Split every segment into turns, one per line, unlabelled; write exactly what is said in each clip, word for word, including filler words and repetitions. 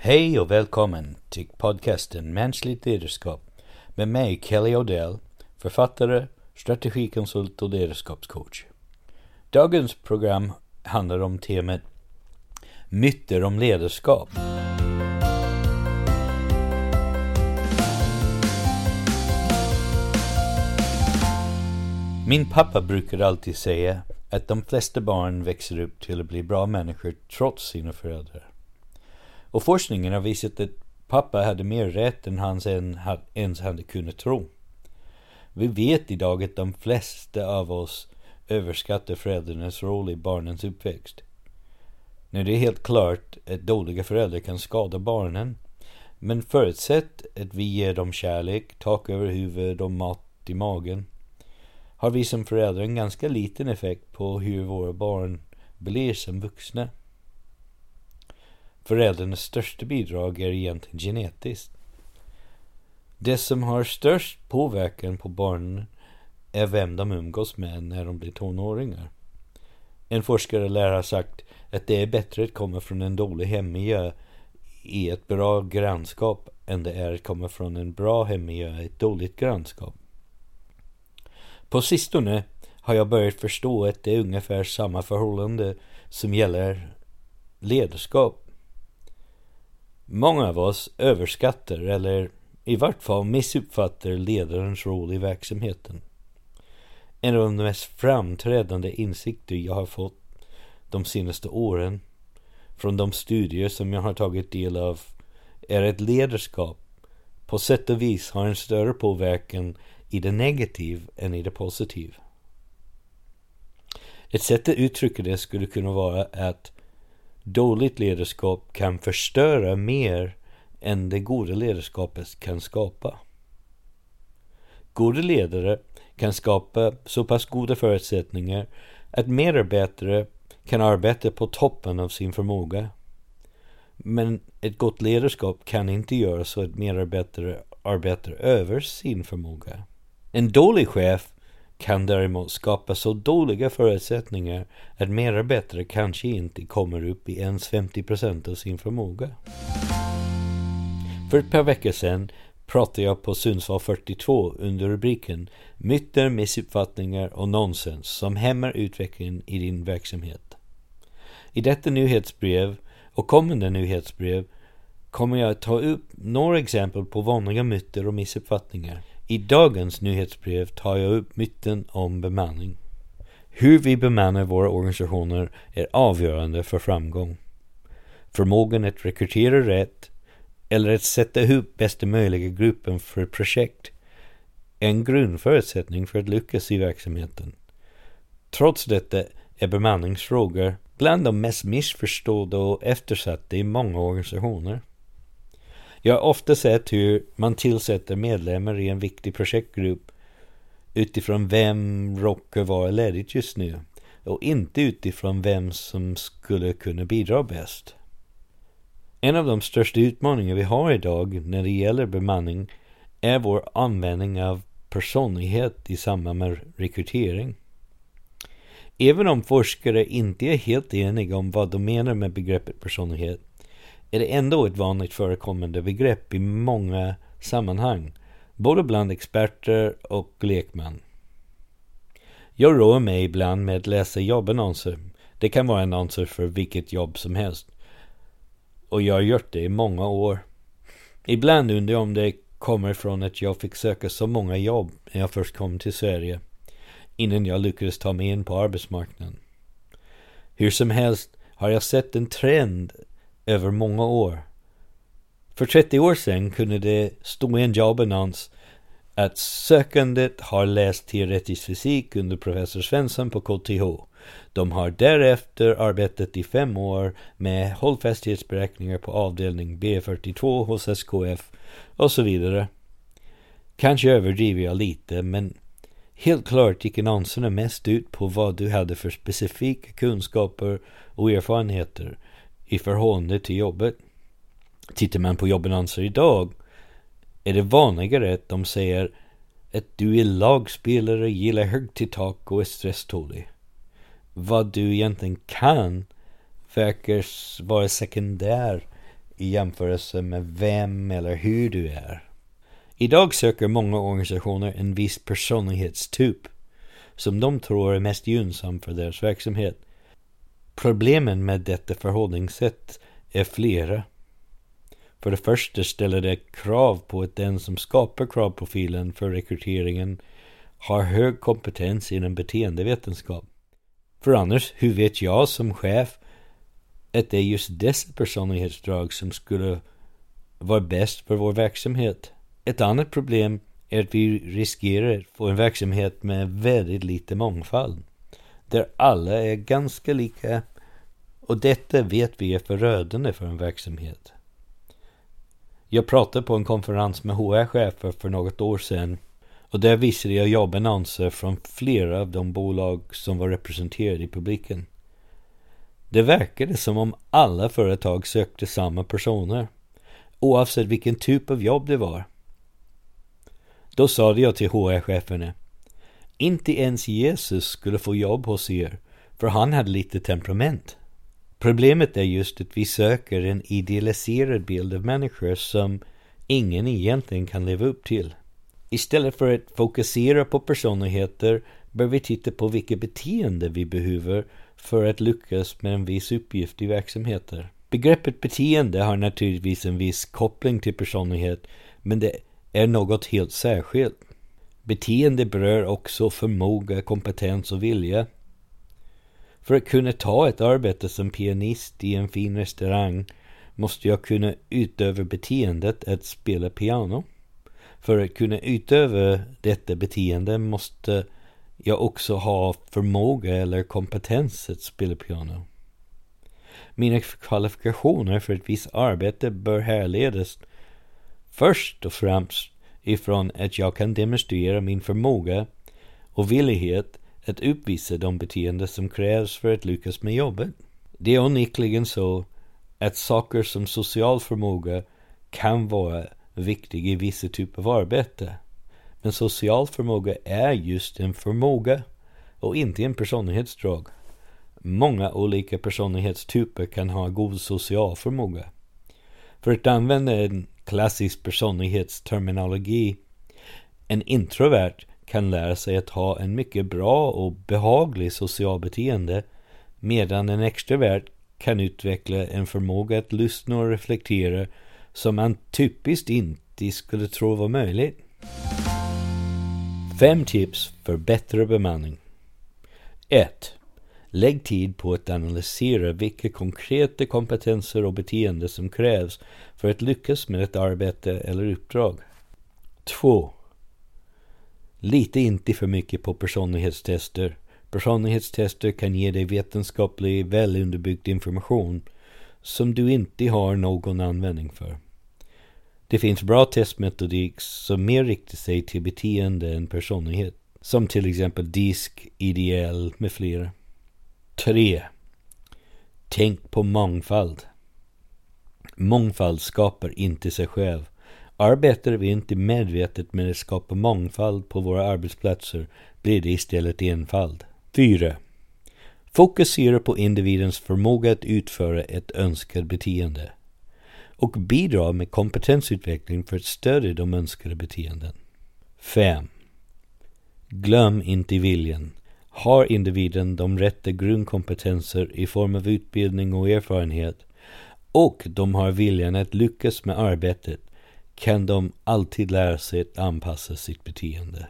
Hej och välkommen till podcasten Mänskligt ledarskap med mig Kelly Odell, författare, strategikonsult och ledarskapscoach. Dagens program handlar om temat myter om ledarskap. Min pappa brukar alltid säga att de flesta barn växer upp till att bli bra människor trots sina föräldrar. Och forskningen har visat att pappa hade mer rätt än han ens hade kunnat tro. Vi vet idag att de flesta av oss överskattar föräldrarnas roll i barnens uppväxt. Nu det är helt klart att dåliga föräldrar kan skada barnen, men förutsatt att vi ger dem kärlek, tak över huvudet och mat i magen, har vi som föräldrar en ganska liten effekt på hur våra barn blir som vuxna. Föräldrarnas största bidrag är egentligen genetiskt. Det som har störst påverkan på barnen är vem de umgås med när de blir tonåringar. En forskare lär ha sagt att det är bättre att komma från en dålig hemmiljö i ett bra grannskap än det är att komma från en bra hemmiljö i ett dåligt grannskap. På sistone har jag börjat förstå att det är ungefär samma förhållande som gäller ledarskap. Många av oss överskattar eller i vart fall missuppfattar ledarens roll i verksamheten. En av de mest framträdande insikter jag har fått de senaste åren från de studier som jag har tagit del av är att ledarskap på sätt och vis har en större påverkan i det negativ än i det positiv. Ett sätt att uttrycka det skulle kunna vara att dåligt ledarskap kan förstöra mer än det goda ledarskapet kan skapa. Goda ledare kan skapa så pass goda förutsättningar att medarbetare kan arbeta på toppen av sin förmåga. Men ett gott ledarskap kan inte göra så att medarbetare arbetar över sin förmåga. En dålig chef kan däremot skapa så dåliga förutsättningar att medarbetare kanske inte kommer upp i ens femtio procent av sin förmåga. För ett par veckor sedan pratade jag på Sundsvall fyrtiotvå under rubriken Myter, missuppfattningar och nonsens som hämmar utvecklingen i din verksamhet. I detta nyhetsbrev och kommande nyhetsbrev kommer jag att ta upp några exempel på vanliga myter och missuppfattningar. I dagens nyhetsbrev tar jag upp myten om bemanning. Hur vi bemannar våra organisationer är avgörande för framgång. Förmågan att rekrytera rätt eller att sätta ihop bästa möjliga gruppen för ett projekt är en grundförutsättning för att lyckas i verksamheten. Trots detta är bemanningsfrågor bland de mest missförstådda och eftersatta i många organisationer. Jag har ofta sett hur man tillsätter medlemmar i en viktig projektgrupp utifrån vem råkar vara ledigt just nu och inte utifrån vem som skulle kunna bidra bäst. En av de största utmaningar vi har idag när det gäller bemanning är vår användning av personlighet i samband med rekrytering. Även om forskare inte är helt eniga om vad de menar med begreppet personlighet är det ändå ett vanligt förekommande begrepp i många sammanhang, både bland experter och lekmän. Jag rör mig ibland med att läsa jobbannonser. Det kan vara annonser för vilket jobb som helst. Och jag har gjort det i många år. Ibland undrar jag om det kommer från att jag fick söka så många jobb när jag först kom till Sverige, innan jag lyckades ta mig in på arbetsmarknaden. Hur som helst har jag sett en trend över många år. För trettio år sedan kunde det stå i en jobbannons att sökandet har läst teoretisk fysik under professor Svensson på K T H. De har därefter arbetat i fem år med hållfasthetsberäkningar på avdelning B fyrtiotvå hos S K F och så vidare. Kanske överdriver jag lite, men helt klart gick annonserna mest ut på vad du hade för specifika kunskaper och erfarenheter i förhållande till jobbet. Tittar man på jobbannonser idag är det vanligare att de säger att du är lagspelare, gillar högt i tak och är stresstålig. Vad du egentligen kan verkar vara sekundär i jämförelse med vem eller hur du är. Idag söker många organisationer en viss personlighetstyp som de tror är mest gynnsam för deras verksamhet. Problemen med detta förhållningssätt är flera. För det första ställer det krav på att den som skapar kravprofilen för rekryteringen har hög kompetens inom beteendevetenskap. För annars, hur vet jag som chef att det är just dessa personlighetsdrag som skulle vara bäst för vår verksamhet? Ett annat problem är att vi riskerar att få en verksamhet med väldigt lite mångfald, där alla är ganska lika, och detta vet vi är förödande för en verksamhet. Jag pratade på en konferens med H R-chefer för något år sedan, och där visade jag jobbannonser från flera av de bolag som var representerade i publiken. Det verkade som om alla företag sökte samma personer, oavsett vilken typ av jobb det var. Då sa jag till H R-cheferna, inte ens Jesus skulle få jobb hos er, för han hade lite temperament. Problemet är just att vi söker en idealiserad bild av människor som ingen egentligen kan leva upp till. Istället för att fokusera på personligheter bör vi titta på vilka beteende vi behöver för att lyckas med en viss uppgift i verksamheter. Begreppet beteende har naturligtvis en viss koppling till personlighet, men det är något helt särskilt. Beteende berör också förmåga, kompetens och vilja. För att kunna ta ett arbete som pianist i en fin restaurang måste jag kunna utöva beteendet att spela piano. För att kunna utöva detta beteende måste jag också ha förmåga eller kompetens att spela piano. Mina kvalifikationer för ett visst arbete bör härledas först och främst ifrån att jag kan demonstrera min förmåga och villighet att uppvisa de beteenden som krävs för att lyckas med jobbet. Det är onekligen så att saker som social förmåga kan vara viktiga i vissa typer av arbete. Men social förmåga är just en förmåga och inte en personlighetsdrag. Många olika personlighetstyper kan ha god social förmåga. För att använda en klassisk personlighetsterminologi, en introvert kan lära sig att ha en mycket bra och behaglig social beteende, medan en extrovert kan utveckla en förmåga att lyssna och reflektera som man typiskt inte skulle tro var möjligt. Fem tips för bättre bemanning. ett. Lägg tid på att analysera vilka konkreta kompetenser och beteenden som krävs för att lyckas med ett arbete eller uppdrag. två. Lita inte för mycket på personlighetstester. Personlighetstester kan ge dig vetenskaplig, väl underbyggd information som du inte har någon användning för. Det finns bra testmetodik som mer riktar sig till beteende än personlighet, som till exempel D I S C, I D L med flera. tre. Tänk på mångfald. Mångfald skapar inte sig själv. Arbetar vi inte medvetet med att skapa mångfald på våra arbetsplatser blir det istället enfald. fyra. Fokusera på individens förmåga att utföra ett önskat beteende och bidra med kompetensutveckling för att stödja de önskade beteenden. fem. Glöm inte viljan. Har individen de rätta grundkompetenser i form av utbildning och erfarenhet och de har viljan att lyckas med arbetet, kan de alltid lära sig att anpassa sitt beteende.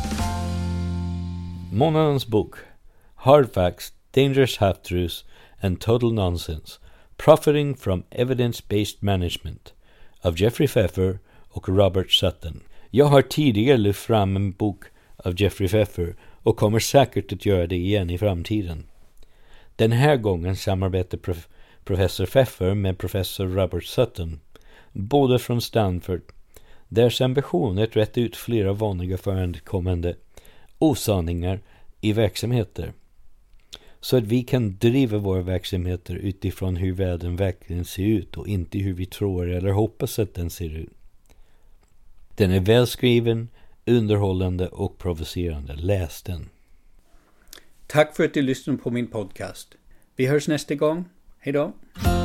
Månadens bok Hard Facts, Dangerous Half-Truths and Total Nonsense, Profiting from Evidence-Based Management av Jeffrey Pfeffer och Robert Sutton. Jag har tidigare lyft fram en bok av Jeffrey Pfeffer och kommer säkert att göra det igen i framtiden. Den här gången samarbetar prof- professor Pfeffer med professor Robert Sutton, båda från Stanford. Deras ambition är att rätta ut flera vanliga förekommande osanningar i verksamheter, så att vi kan driva våra verksamheter utifrån hur världen verkligen ser ut och inte hur vi tror eller hoppas att den ser ut. Den är välskriven, underhållande och provocerande. Läs den.
Tack för att du lyssnade på min podcast. Vi hörs nästa gång. Hej då!